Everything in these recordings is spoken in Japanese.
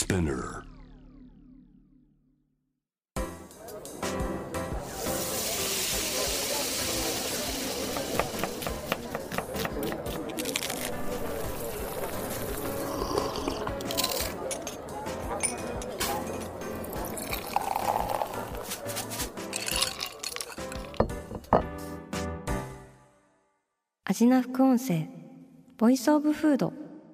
Spinner. アジナ副音声ボイスオブフード。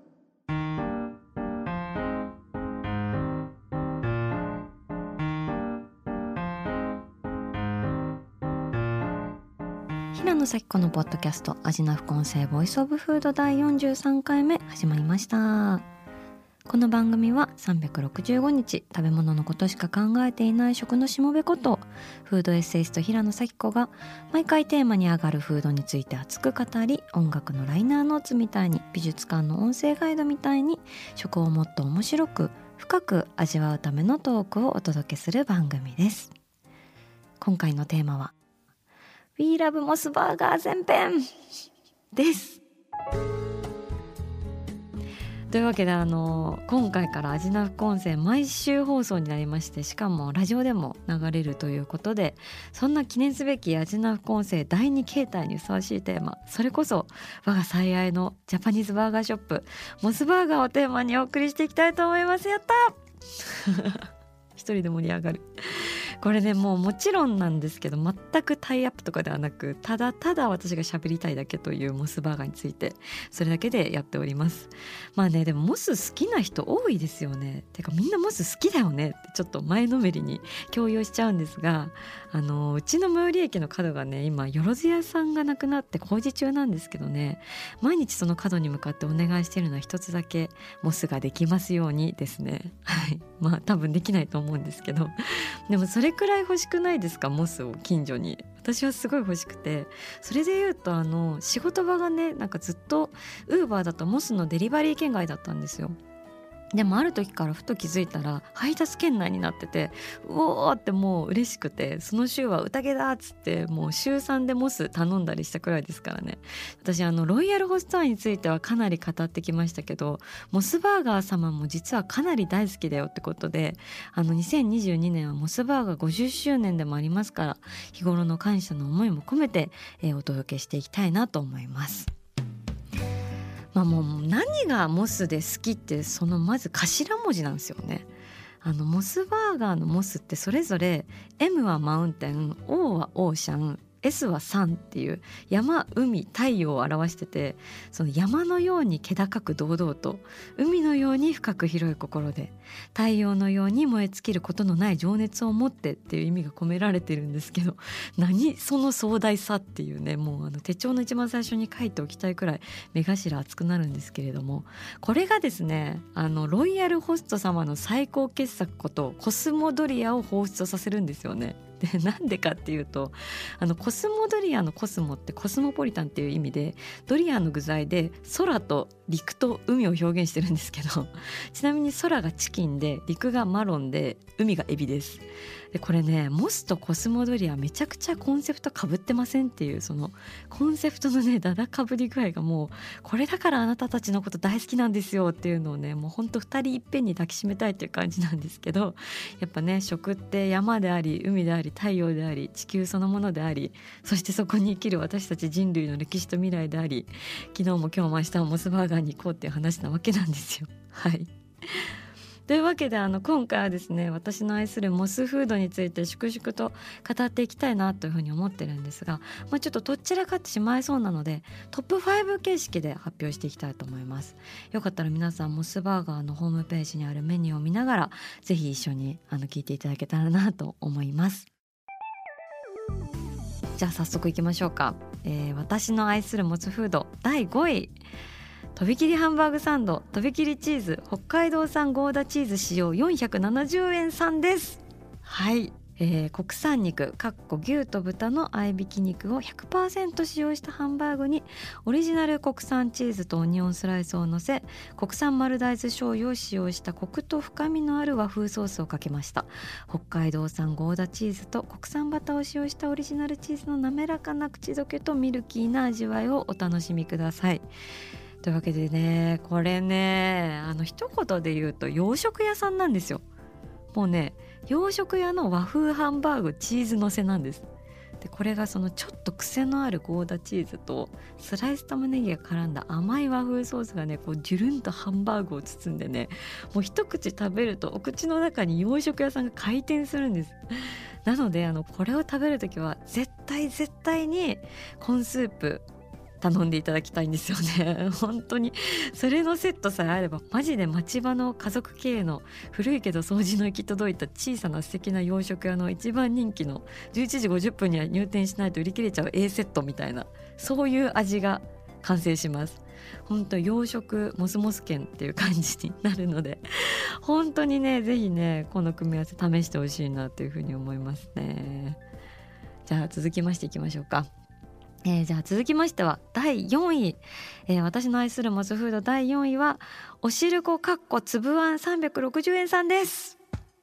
平野咲子のポッドキャストアジナ副音声ボイスオブフード第43回目始まりました。この番組は365日食べ物のことしか考えていない食のしもべことフードエッセイスト平野咲子が毎回テーマに上がるフードについて熱く語り、音楽のライナーノーツみたいに美術館の音声ガイドみたいに食をもっと面白く深く味わうためのトークをお届けする番組です。今回のテーマは We Love モスバーガー前編です。というわけで今回からアジナ副音声毎週放送になりまして、しかもラジオでも流れるということで、そんな記念すべきアジナ副音声第2形態にふさわしいテーマ、それこそ我が最愛のジャパニーズバーガーショップモスバーガーをテーマにお送りしていきたいと思います。やった一人で盛り上がる。これね、もちろんなんですけど、全くタイアップとかではなく、ただただ私が喋りたいだけというモスバーガーについてそれだけでやっております。まあね、でもモス好きな人多いですよね。てかみんなモス好きだよねってちょっと前のめりに強要しちゃうんですが、うちの最寄り駅の角がね、今よろず屋さんがなくなって工事中なんですけどね、毎日その角に向かってお願いしているのは一つだけ、モスができますようにですね。はい、まあ多分できないと思うんですけど、でもそれくらい欲しくないですか、モスを近所に。私はすごい欲しくて、それで言うと仕事場がね、なんかずっとウーバーだとモスのデリバリー圏外だったんですよ。でもある時からふと気づいたら配達圏内になってて、うおーってもう嬉しくて、その週は宴だっつってもう週3でモス頼んだりしたくらいですからね。私ロイヤルホストアイについてはかなり語ってきましたけど、モスバーガー様も実はかなり大好きだよってことで、2022年はモスバーガー50周年でもありますから、日頃の感謝の思いも込めて、お届けしていきたいなと思います。もう何がモスで好きって、そのまず頭文字なんですよね。モスバーガーのモスってそれぞれ M はマウンテン、O はオーシャン、S はサンっていう山、海、太陽を表してて、その山のように気高く堂々と、海のように深く広い心で、太陽のように燃え尽きることのない情熱を持ってっていう意味が込められてるんですけど、何その壮大さっていうね、もう手帳の一番最初に書いておきたいくらい目頭熱くなるんですけれども、これがですね、ロイヤルホスト様の最高傑作ことコスモドリアを放出させるんですよね。でなんでかっていうと、コスモドリアのコスモってコスモポリタンっていう意味で、ドリアの具材で空と陸と海を表現してるんですけど、ちなみに空がチキンで、陸がマロンで、海がエビです。でこれね、モスとコスモドリアめちゃくちゃコンセプト被ってませんっていう、そのコンセプトのねだだかぶり具合が、もうこれだからあなたたちのこと大好きなんですよっていうのをね、もうほんと2人いっぺんに抱きしめたいっていう感じなんですけど、やっぱね、食って山であり海であり太陽であり地球そのものであり、そしてそこに生きる私たち人類の歴史と未来であり、昨日も今日も明日もモスバーガーに行こうっていう話なわけなんですよ。はいというわけで今回はですね、私の愛するモスフードについて粛々と語っていきたいなというふうに思ってるんですが、ちょっとどっちらかってしまいそうなので、トップ5形式で発表していきたいと思います。よかったら皆さんモスバーガーのホームページにあるメニューを見ながら、ぜひ一緒に聞いていただけたらなと思います。じゃあ早速いきましょうか。私の愛するモスフード第5位、とびきりハンバーグサンドとびきりチーズ北海道産ゴーダチーズ使用470円さんです。はい、国産肉牛と豚の合いびき肉を 100% 使用したハンバーグにオリジナル国産チーズとオニオンスライスを乗せ、国産丸大豆醤油を使用したコクと深みのある和風ソースをかけました。北海道産ゴーダチーズと国産バターを使用したオリジナルチーズの滑らかな口どけとミルキーな味わいをお楽しみください。 というわけでね、これね一言で言うと洋食屋さんなんですよ。もうね洋食屋の和風ハンバーグチーズのせなんです。でこれがそのちょっと癖のあるゴーダチーズとスライス玉ねぎが絡んだ甘い和風ソースがねこうジュルンとハンバーグを包んでね、もう一口食べるとお口の中に洋食屋さんが回転するんです。なのでこれを食べるときは絶対にコーンスープ頼んでいただきたいんですよね。本当にそれのセットさえあればマジで町場の家族経営の古いけど掃除の行き届いた小さな素敵な洋食屋の一番人気の11時50分には入店しないと売り切れちゃう A セットみたいな、そういう味が完成します。本当洋食モスモス券っていう感じになるので、本当にねぜひねこの組み合わせ試してほしいなというふうに思いますね。じゃあ続きましていきましょうか。じゃあ続きましては第4位、私の愛するモスフード第4位はおしるこつぶあん360円さんです。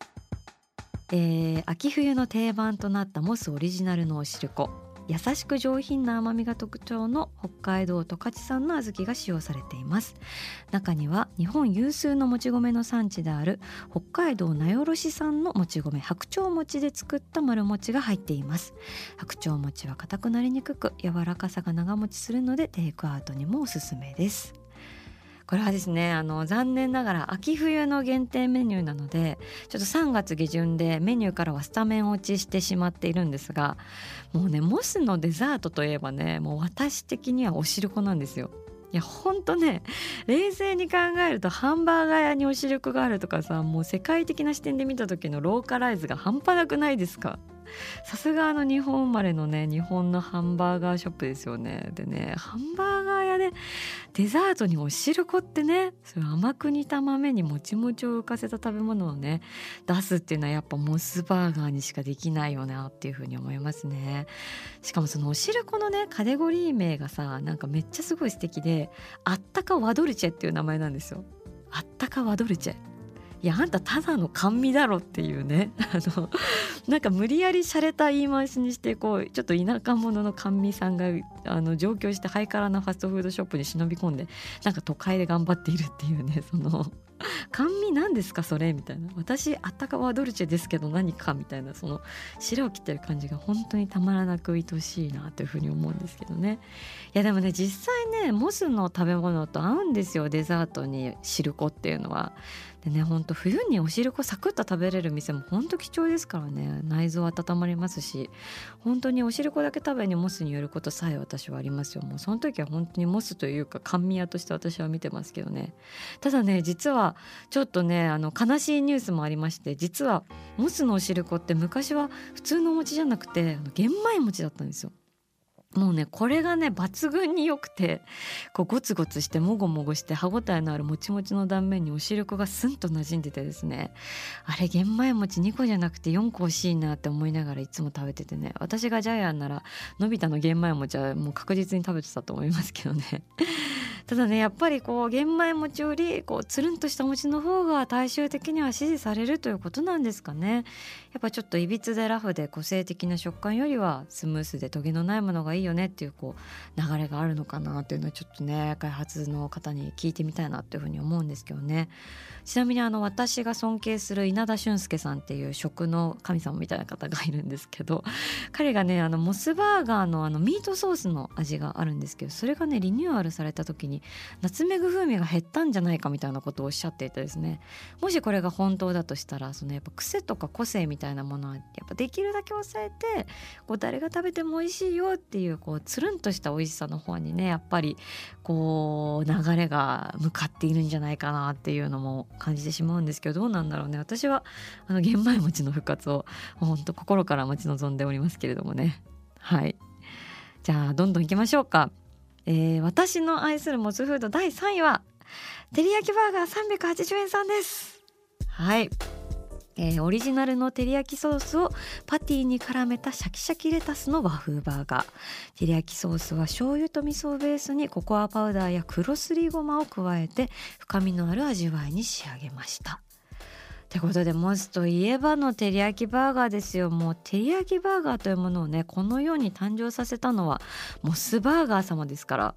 秋冬の定番となったモスオリジナルのおしるこ、優しく上品な甘みが特徴の北海道十勝産の小豆が使用されています。中には日本有数のもち米の産地である北海道名寄市産のもち米白鳥餅で作った丸餅が入っています。白鳥餅は硬くなりにくく柔らかさが長持ちするのでテイクアウトにもおすすめです。これはですね残念ながら秋冬の限定メニューなのでちょっと3月下旬でメニューからはスタメン落ちしてしまっているんですが、もうねモスのデザートといえばねもう私的にはおしるこなんですよ。いやほんとね冷静に考えるとハンバーガー屋におしるこがあるとかさ、もう世界的な視点で見た時のローカライズが半端なくないですか。さすが日本生まれのね日本のハンバーガーショップですよね。でねハンバーガー屋でデザートにおしるこってね、それ甘く煮た豆にもちもちを浮かせた食べ物をね出すっていうのはやっぱモスバーガーにしかできないよなっていうふうに思いますね。しかもそのおしるこのねカテゴリー名がさなんかめっちゃすごい素敵で、あったかワドルチェっていう名前なんですよ。あったかワドルチェ、いやあんたただの甘味だろっていうねなんか無理やり洒落た言い回しにしてこうちょっと田舎者の甘味さんが上京してハイカラなファストフードショップに忍び込んでなんか都会で頑張っているっていうね、その甘味なんですかそれみたいな、私あったかワドルチェですけど何かみたいな、その白を切ってる感じが本当にたまらなく愛しいなというふうに思うんですけどね。いやでもね実際ねモスの食べ物と合うんですよ、デザートにしるこっていうのは。でねほんと冬におしるこサクッと食べれる店もほんと貴重ですからね、内臓温まりますし、本当におしるこだけ食べにモスに寄ることさえ私はありますよ。もうその時は本当にモスというか甘味屋として私は見てますけどね。ただね実はちょっとね悲しいニュースもありまして、実はモスのおしるこって昔は普通のお餅じゃなくて玄米餅だったんですよ。もうねこれがね抜群に良くて、こうゴツゴツしてもごもごして歯ごたえのあるもちもちの断面におしるこがスンと馴染んでてですね、あれ玄米餅2個じゃなくて4個欲しいなって思いながらいつも食べててね、私がジャイアンならのび太の玄米餅はもう確実に食べてたと思いますけどねただねやっぱりこう玄米餅よりこうつるんとした餅の方が大衆的には支持されるということなんですかね。やっぱちょっといびつでラフで個性的な食感よりはスムースでトゲのないものがいいよねっていうこう流れがあるのかなっていうのはちょっとね開発の方に聞いてみたいなっていうふうに思うんですけどね。ちなみに私が尊敬する稲田俊介さんっていう食の神様みたいな方がいるんですけど、彼がねモスバーガーのミートソースの味があるんですけど、それがねリニューアルされた時にナツメグ風味が減ったんじゃないかみたいなことをおっしゃっていてですね、もしこれが本当だとしたらそのやっぱ癖とか個性みたいなものはやっぱできるだけ抑えてこう誰が食べても美味しいよっていうこうつるんとした美味しさの方にねやっぱりこう流れが向かっているんじゃないかなっていうのも感じてしまうんですけど、どうなんだろうね。私は玄米餅の復活を本当心から待ち望んでおりますけれどもね。はい、じゃあどんどん行きましょうか。私の愛するモスフード第3位は照り焼きバーガー380円さんです。はい、オリジナルの照り焼きソースをパティに絡めたシャキシャキレタスの和風バーガー。照り焼きソースは醤油と味噌をベースにココアパウダーや黒すりごまを加えて深みのある味わいに仕上げました。ってことでモスといえばの照り焼きバーガーですよ。もう照り焼きバーガーというものをねこの世に誕生させたのはモスバーガー様ですから、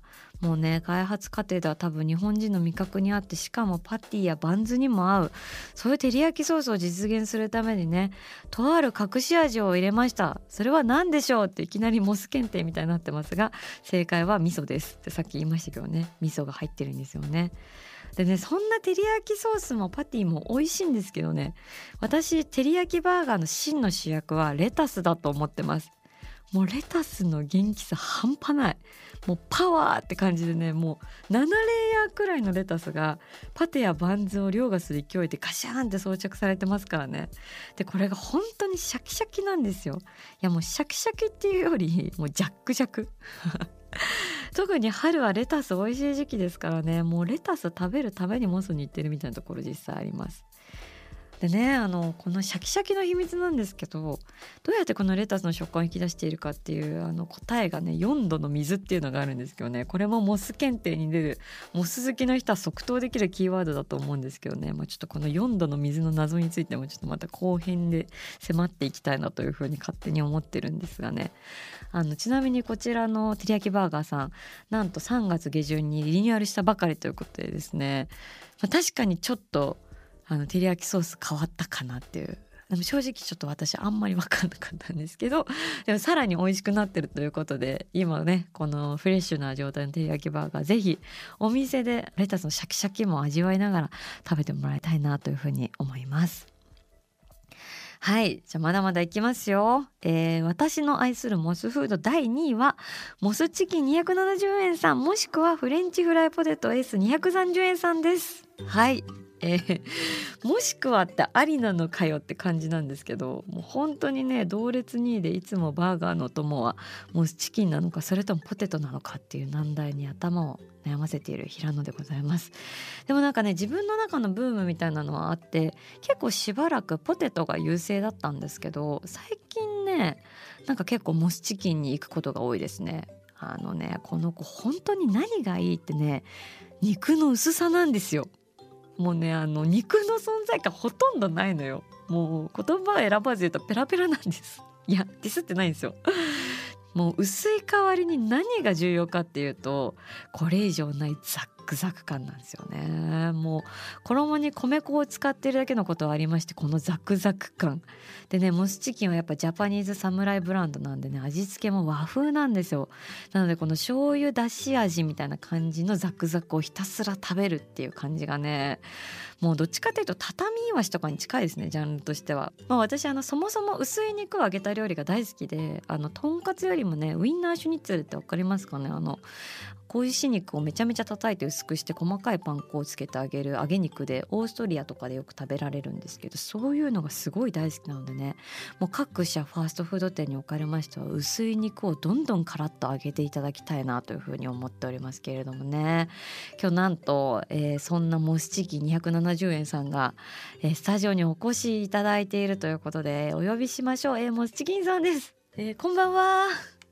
もうね開発過程では多分日本人の味覚に合って、しかもパティやバンズにも合う、そういう照り焼きソースを実現するためにね、とある隠し味を入れました。それは何でしょうっていきなりモス検定みたいになってますが、正解は味噌ですってさっき言いましたけどね、味噌が入ってるんですよね。でね、そんな照り焼きソースもパティも美味しいんですけどね、私照り焼きバーガーの真の主役はレタスだと思ってます。もうレタスの元気さ半端ない。もうパワーって感じでね、もう7レイヤーくらいのレタスがパテやバンズを凌駕する勢いでガシャーンって装着されてますからね。でこれが本当にシャキシャキなんですよ。いやもうシャキシャキっていうよりもうジャックジャク特に春はレタス美味しい時期ですからね、もうレタス食べるためにモスに行ってるみたいなところ実際あります。でね、このシャキシャキの秘密なんですけど、どうやってこのレタスの食感を引き出しているかっていう答えがね、4度の水っていうのがあるんですけどね、これもモス検定に出るモス好きの人は即答できるキーワードだと思うんですけどね、ちょっとこの4度の水の謎についてもちょっとまた後編で迫っていきたいなというふうに勝手に思ってるんですがね、ちなみにこちらの照り焼きバーガーさん、なんと3月下旬にリニューアルしたばかりということでですね、確かにちょっと照り焼きソース変わったかなっていう、でも正直ちょっと私あんまり分かんなかったんですけど、でもさらに美味しくなってるということで、今ねこのフレッシュな状態の照り焼きバーガー、ぜひお店でレタスのシャキシャキも味わいながら食べてもらいたいなというふうに思います。はい、じゃあまだまだいきますよ。私の愛するモスフード第2位はモスチキン270円さん、もしくはフレンチフライポテト S230 円さんです。はい、もしくはってありなのかよって感じなんですけど、もう本当にね同列2位で、いつもバーガーの友はモスチキンなのかそれともポテトなのかっていう難題に頭を悩ませている平野でございます。でもなんかね、自分の中のブームみたいなのはあって、結構しばらくポテトが優勢だったんですけど、最近ねなんか結構モスチキンに行くことが多いですね。この子本当に何がいいってね、肉の薄さなんですよ。もうね肉の存在感ほとんどないのよ。もう言葉を選ばず言うとペラペラなんです。いやディスってないんですよ。もう薄い代わりに何が重要かっていうと、これ以上ないザックザク感なんですよね。もう衣に米粉を使っているだけのことはありまして、このザクザク感でね、モスチキンはやっぱジャパニーズサムライブランドなんでね、味付けも和風なんですよ。なのでこの醤油だし味みたいな感じのザクザクをひたすら食べるっていう感じがね、もうどっちかというと畳みいわしとかに近いですね、ジャンルとしては。私そもそも薄い肉を揚げた料理が大好きで、とんかつよりもねウインナーシュニッツェルって分かりますかね、小石肉をめちゃめちゃ叩いて薄くして細かいパン粉をつけて揚げる揚げ肉で、オーストリアとかでよく食べられるんですけど、そういうのがすごい大好きなのでね、もう各社ファーストフード店におかれましては薄い肉をどんどんカラッと揚げていただきたいなというふうに思っておりますけれどもね、今日なんと、そんなモスチキン270円さんが、スタジオにお越しいただいているということでお呼びしましょう。モスチキンさんです。こんばんは。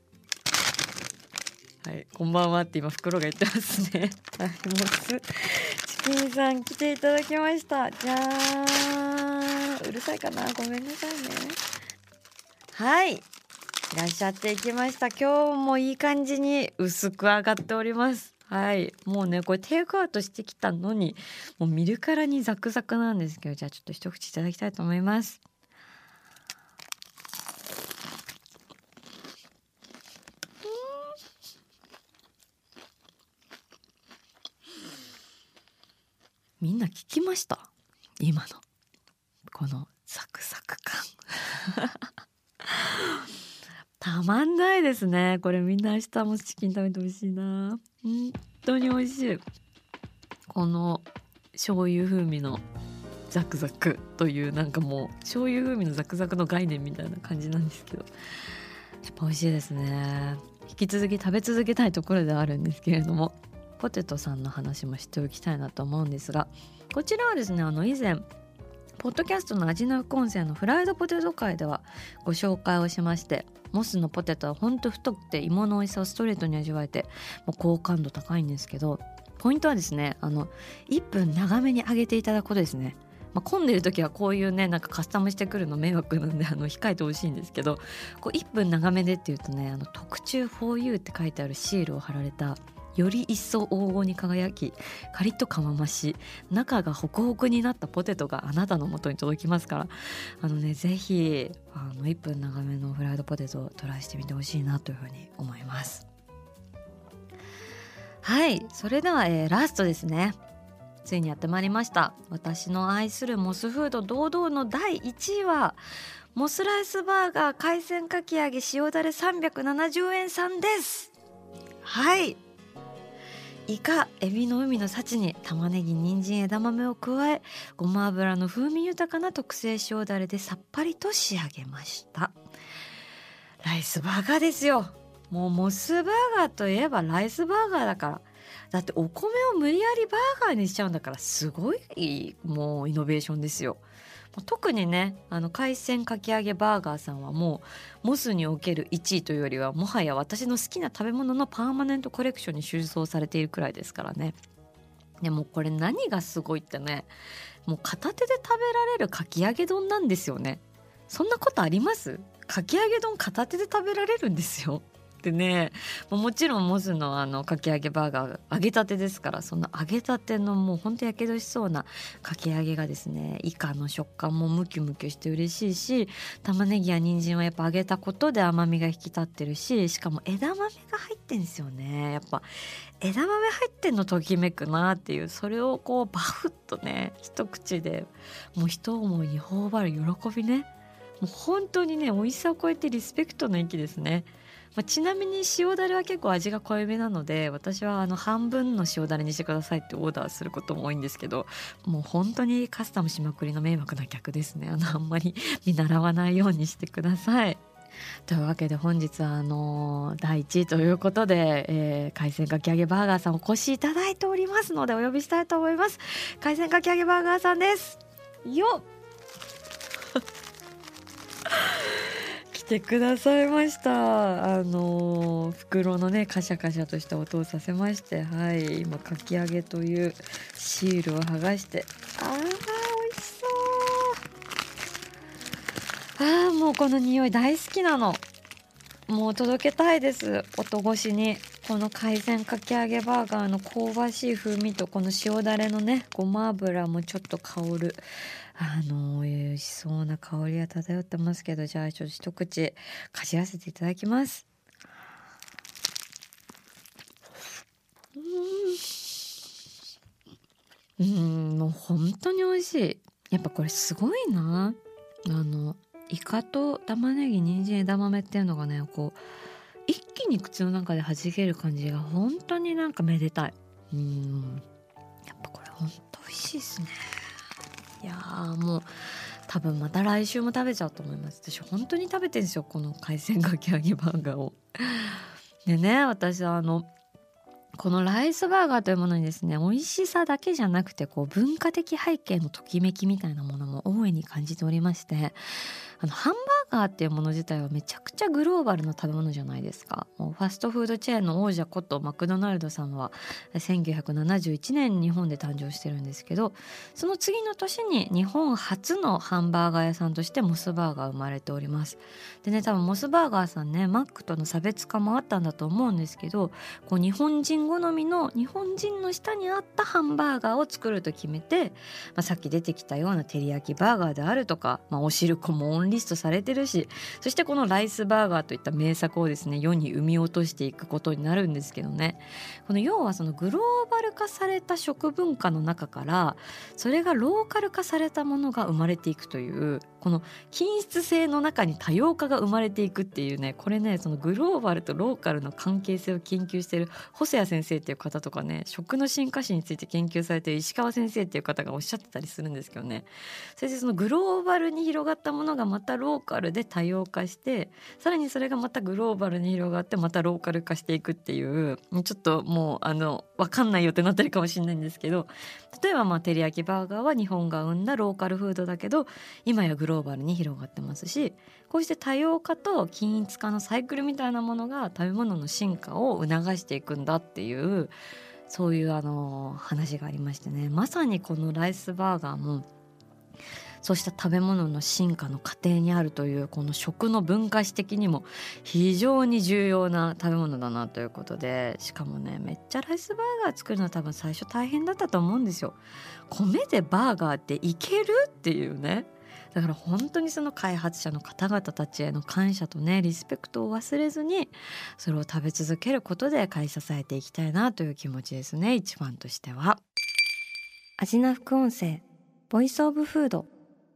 はい、こんばんはって今袋が言ってますね。はい、モスチキンさん来ていただきました。じゃーん、うるさいかな、ごめんなさいね。はい、いらっしゃっていきました。今日もいい感じに薄く上がっております。はい、もうねこれテイクアウトしてきたのにもう見るからにザクザクなんですけど、じゃあちょっと一口いただきたいと思います。みんな聞きました？今のこのサクサク感たまんないですね。これみんな明日もチキン食べてほしいな。本当に美味しい。この醤油風味のザクザクという、なんかもう醤油風味のザクザクの概念みたいな感じなんですけど、やっぱ美味しいですね。引き続き食べ続けたいところではあるんですけれども、ポテトさんの話もしておきたいなと思うんですが、こちらはですね以前ポッドキャストの味の副音声のフライドポテト会ではご紹介をしまして、モスのポテトはほんと太くて芋の美味しさをストレートに味わえて、もう好感度高いんですけど、ポイントはですね1分長めに揚げていただくことですね。混んでる時はこういうねなんかカスタムしてくるの迷惑なんで控えてほしいんですけど、こう1分長めでっていうとね特注 4U って書いてあるシールを貼られたより一層黄金に輝き、カリッとかままし、中がホクホクになったポテトがあなたの元に届きますから、ぜひ1分長めのフライドポテトをトライしてみてほしいなというふうに思います。はい、それでは、ラストですね。ついにやってまいりました。私の愛するモスフード堂々の第1位はモスライスバーガー海鮮かき揚げ塩だれ370円さんです。はい、イカ、エビの海の幸に玉ねぎ、人参、枝豆を加え、ごま油の風味豊かな特製塩だれでさっぱりと仕上げました。ライスバーガーですよ。もうモスバーガーといえばライスバーガーだから。だってお米を無理やりバーガーにしちゃうんだから、すごいもうイノベーションですよ。特にね、海鮮かき揚げバーガーさんはもうモスにおける1位というよりは、もはや私の好きな食べ物のパーマネントコレクションに収蔵されているくらいですからね。でもこれ何がすごいってね、もう片手で食べられるかき揚げ丼なんですよね。そんなことあります？かき揚げ丼片手で食べられるんですよ。でね、もちろんモスのかき揚げバーガー揚げたてですから、その揚げたてのもうほんとやけどしそうなかき揚げがですね、イカの食感もムキムキして嬉しいし、玉ねぎや人参はやっぱ揚げたことで甘みが引き立ってるし、しかも枝豆が入ってんですよね。やっぱ枝豆入ってんのときめくなっていう、それをこうバフッとね一口でもう一思いに頬張る喜びね。もう本当にね、美味しさを超えてリスペクトの域ですね。ちなみに塩だれは結構味が濃いめなので、私は半分の塩だれにしてくださいってオーダーすることも多いんですけど、もう本当にカスタムしまくりの迷惑な客ですね。あんまり見習わないようにしてください。というわけで本日は第1位ということで、海鮮かき揚げバーガーさんお越しいただいておりますので、お呼びしたいと思います。海鮮かき揚げバーガーさんです。よっ来てくださいました。袋のねカシャカシャとした音をさせまして、はい、今かき揚げというシールを剥がして、美味しそう。もうこの匂い大好きなの。もう届けたいです。音越しにこの海鮮かき揚げバーガーの香ばしい風味と、この塩だれのねごま油もちょっと香る美味しそうな香りが漂ってますけど、じゃあちょっと一口かじらせていただきます。もう本当に美味しい。やっぱこれすごいな。イカと玉ねぎ、人参、枝豆っていうのがね、こう一気に口の中で弾ける感じが本当になんかめでたい。やっぱこれ本当美味しいですね。いやもう多分また来週も食べちゃうと思います。私本当に食べてるんですよ、この海鮮かき揚げバーガーを。でね、私はこのライスバーガーというものにですね、美味しさだけじゃなくてこう文化的背景のときめきみたいなものも大いに感じておりまして、ハンバーガーっていうもの自体はめちゃくちゃグローバルな食べ物じゃないですか。もうファストフードチェーンの王者ことマクドナルドさんは1971年に日本で誕生してるんですけど、その次の年に日本初のハンバーガー屋さんとしてモスバーガー生まれております。でね、多分モスバーガーさんね、マックとの差別化もあったんだと思うんですけど、こう日本人好みの日本人の舌に合ったハンバーガーを作ると決めて、さっき出てきたような照り焼きバーガーであるとか、お汁粉もオンリストされてるし、そしてこのライスバーガーといった名作をですね世に生み落としていくことになるんですけどね、この要はそのグローバル化された食文化の中からそれがローカル化されたものが生まれていくという、この均質性の中に多様化が生まれていくっていうね、これね、そのグローバルとローカルの関係性を研究している細谷先生っていう方とかね、食の進化史について研究されている石川先生っていう方がおっしゃってたりするんですけどね、それでそのグローバルに広がったものがまたローカルで多様化して、さらにそれがまたグローバルに広がってまたローカル化していくっていう、ちょっともう分かんないよってなってるかもしれないんですけど、例えば照り焼きバーガーは日本が生んだローカルフードだけど今やグローバルに広がってますし、こうして多様化と均一化のサイクルみたいなものが食べ物の進化を促していくんだっていう、そういう話がありましてね、まさにこのライスバーガーもそうした食べ物の進化の過程にあるという、この食の文化史的にも非常に重要な食べ物だなということで、しかもねめっちゃライスバーガー作るのは多分最初大変だったと思うんですよ。米でバーガーっていけるっていうね。だから本当にその開発者の方々たちへの感謝とねリスペクトを忘れずに、それを食べ続けることで買い支えていきたいなという気持ちですね、一番としては。味な副音声ボイスオブフード。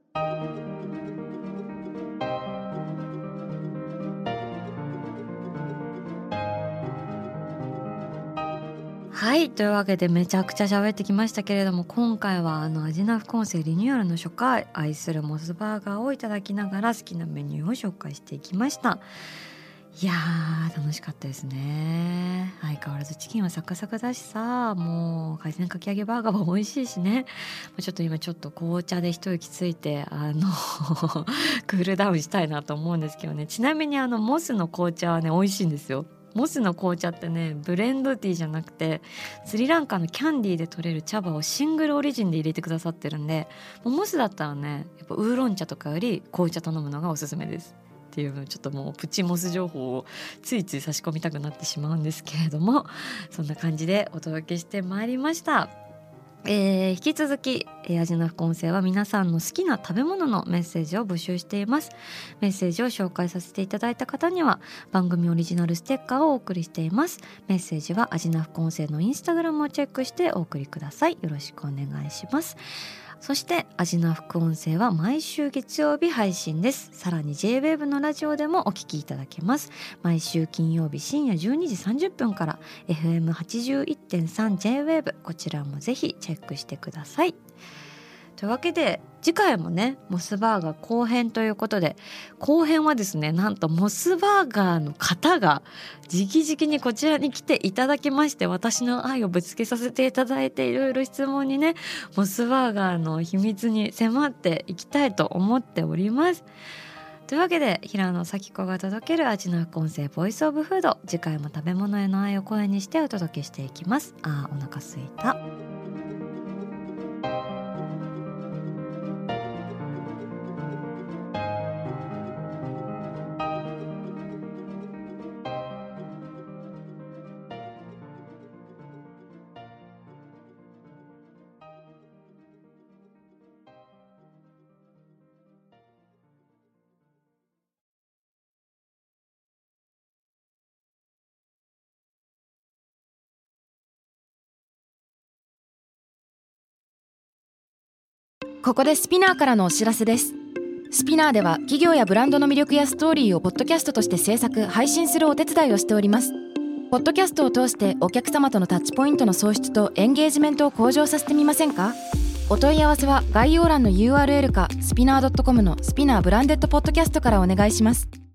はい、というわけでめちゃくちゃ喋ってきましたけれども、今回は味な副音声リニューアルの初回、愛するモスバーガーをいただきながら好きなメニューを紹介していきました。いやー楽しかったですね。相変わらずチキンはサクサクだしさ、もう海鮮かき揚げバーガーは美味しいしね。ちょっと紅茶で一息ついてクールダウンしたいなと思うんですけどね。ちなみにモスの紅茶はね美味しいんですよ。モスの紅茶ってねブレンドティーじゃなくてスリランカのキャンディーで取れる茶葉をシングルオリジンで入れてくださってるんで、もうモスだったらねやっぱウーロン茶とかより紅茶頼むのがおすすめですっていう、ちょっともうプチモス情報をついつい差し込みたくなってしまうんですけれども、そんな感じでお届けしてまいりました。引き続き、味の副音声は皆さんの好きな食べ物のメッセージを募集しています。メッセージを紹介させていただいた方には番組オリジナルステッカーをお送りしています。メッセージは味の副音声のインスタグラムをチェックしてお送りください。よろしくお願いします。そして味の副音声は毎週月曜日配信です。さらに J-WAVE のラジオでもお聞きいただけます。毎週金曜日深夜12時30分から FM81.3 J-WAVE、 こちらもぜひチェックしてください。というわけで次回もねモスバーガー後編ということで、後編はですねなんとモスバーガーの方が直々にこちらに来ていただきまして、私の愛をぶつけさせていただいて、いろいろ質問にねモスバーガーの秘密に迫っていきたいと思っております。というわけで平野咲子が届ける味の副音声ボイスオブフード、次回も食べ物への愛を声にしてお届けしていきます。お腹すいた。 ここでスピナーからのお知らせです。スピナーでは企業やブランドの魅力やストーリーをポッドキャストとして制作・配信するお手伝いをしております。ポッドキャストを通してお客様とのタッチポイントの創出とエンゲージメントを向上させてみませんか？お問い合わせは概要欄の URL かスピナー .com のスピナーブランデッドポッドキャストからお願いします。